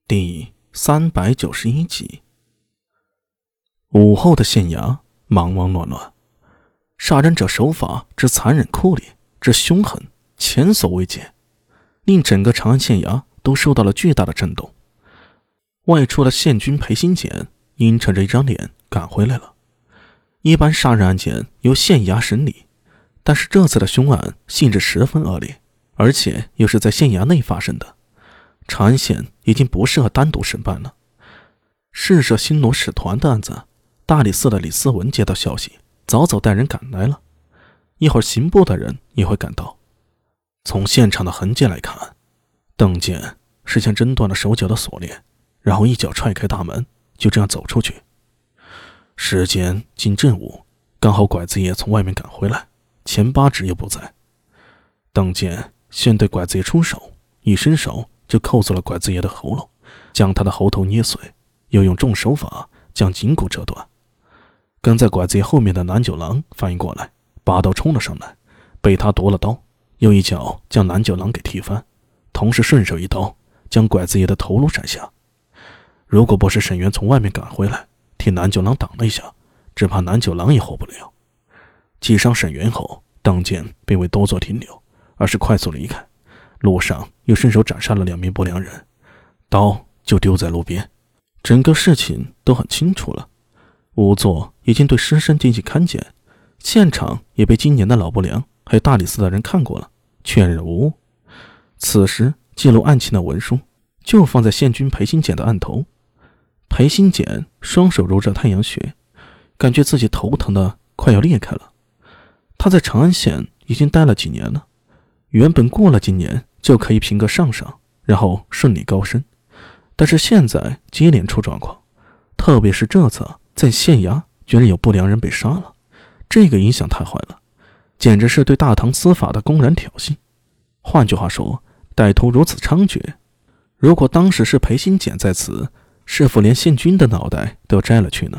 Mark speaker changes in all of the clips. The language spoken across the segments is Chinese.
Speaker 1: 第391集。午后的县衙忙忙乱乱，杀人者手法之残忍酷烈，之凶狠，前所未见，令整个长安县衙都受到了巨大的震动。外出的县军裴新简阴沉着一张脸赶回来了。一般杀人案件由县衙审理，但是这次的凶案性质十分恶劣，而且又是在县衙内发生的。长安县已经不适合单独审办了。市社新罗使团的案子，大理寺的李思文接到消息，早早带人赶来了。一会儿刑部的人也会赶到。从现场的痕迹来看，邓健是先挣断了手脚的锁链，然后一脚踹开大门，就这样走出去。时间近正午，刚好拐子爷从外面赶回来，前八指又不在。邓健先对拐子爷出手，一伸手就扣住了拐子爷的喉咙，将他的喉头捏碎，又用重手法将颈骨折断。跟在拐子爷后面的南九郎反应过来，拔刀冲了上来，被他夺了刀，又一脚将南九郎给踢翻，同时顺手一刀将拐子爷的头颅斩下。如果不是沈源从外面赶回来替南九郎挡了一下，只怕南九郎也活不了。击伤沈源后，邓健并未多做停留，而是快速离开，路上又伸手斩杀了2名不良人，刀就丢在路边。整个事情都很清楚了，仵作已经对尸身进行勘检，现场也被今年的老不良还有大理寺的人看过了，确认无误。此时记录案情的文书就放在县军裴新简的案头。裴新简双手揉着太阳穴，感觉自己头疼的快要裂开了。他在长安县已经待了几年了，原本过了今年就可以评个上上，然后顺利高升，但是现在接连出状况，特别是这次在县衙居然有不良人被杀了，这个影响太坏了，简直是对大唐司法的公然挑衅。换句话说，歹徒如此猖獗，如果当时是裴新简在此，是否连县军的脑袋都摘了去呢？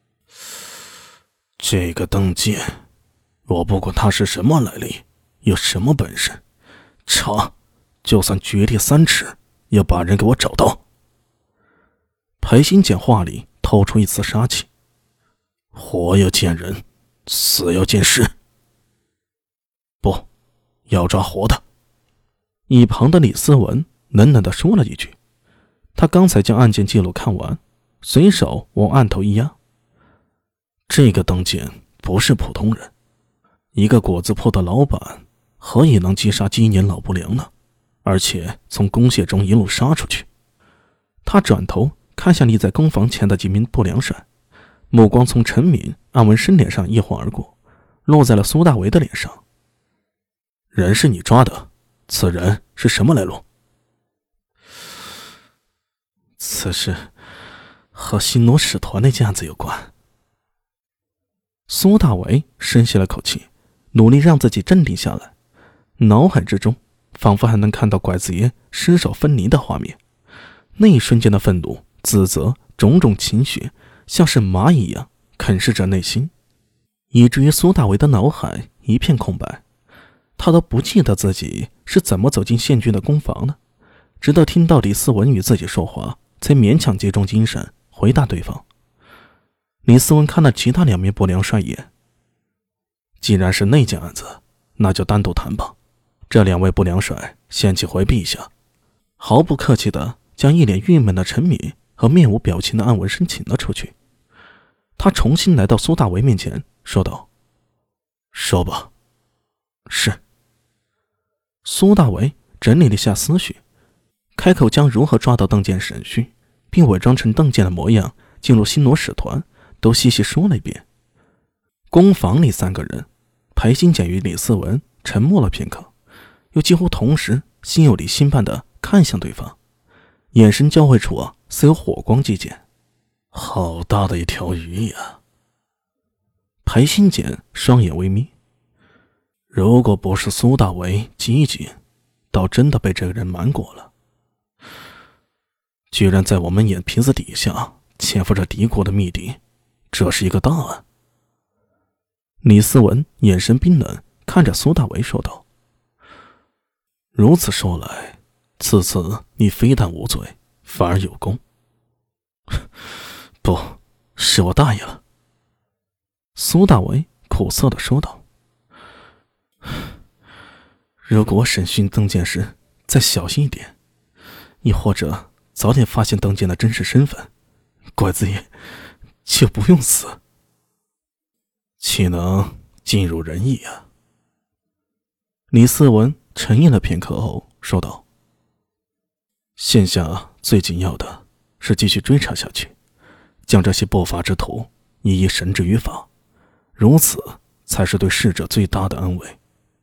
Speaker 2: 这个邓健，我不管他是什么来历，有什么本事，查，就算掘地3尺，要把人给我找到。
Speaker 1: 裴新简话里透出一丝杀气。
Speaker 2: 活要见人，死要见尸。
Speaker 1: 不，要抓活的。一旁的李思文冷冷地说了一句。他刚才将案件记录看完，随手往案头一压。这个邓健不是普通人，一个果子铺的老板何以能击杀今年老不良呢？而且从公廨中一路杀出去。他转头看向立在公房前的几名不良帅，目光从陈敏、安文生脸上一晃而过，落在了苏大为的脸上。
Speaker 2: 人是你抓的，此人是什么来路？
Speaker 1: 此事和新罗使团那件案子有关。苏大为深吸了口气，努力让自己镇定下来，脑海之中仿佛还能看到拐子爷尸首分离的画面。那一瞬间的愤怒、自责，种种情绪像是蚂蚁一样啃噬着内心，以至于苏大为的脑海一片空白，他都不记得自己是怎么走进县军的公房的，直到听到李思文与自己说话，才勉强集中精神回答对方。李思文看了其他2名不良帅一眼，既然是那件案子，那就单独谈吧。这2位不良帅先去回避一下，毫不客气地将一脸郁闷的陈敏和面无表情的安文生请了出去。他重新来到苏大为面前说道：
Speaker 2: 说吧。
Speaker 1: 是。苏大为整理了一下思绪，开口将如何抓到邓健审讯，并伪装成邓健的模样进入新罗使团都细细说了一遍。公房里3个人，裴新简与李思文沉默了片刻，又几乎同时心有离心般的看向对方，眼神交汇处似有火光激减。
Speaker 2: 好大的一条鱼呀！
Speaker 1: 裴新简双眼微眯，
Speaker 2: 如果不是苏大为机警，倒真的被这个人瞒过了。
Speaker 1: 居然在我们眼皮子底下潜伏着敌国的密敌，这是一个大案。李思文眼神冰冷，看着苏大为说道：如此说来，此次你非但无罪， 反而有功。不，是我大意了。苏大为苦涩地说道。如果我审讯邓健时再小心一点，亦或者早点发现邓健的真实身份，怪子爷就不用死。
Speaker 2: 岂能尽如人意啊？
Speaker 1: 李思文沉吟了片刻后说道：现下最紧要的是继续追查下去，将这些不法之徒一一绳之于法，如此才是对逝者最大的安慰。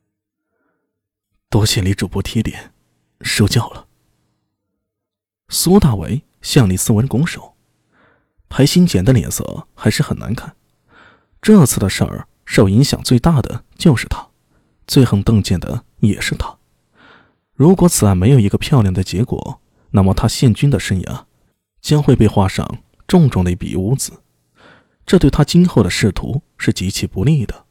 Speaker 1: 多谢李主播提点，受教了。苏大为向李思文拱手，裴新简的脸色还是很难看。这次的事儿受影响最大的就是他，最恨邓健的也是他。如果此案没有一个漂亮的结果，那么他宪军的生涯将会被画上重重的一笔污渍，这对他今后的仕途是极其不利的。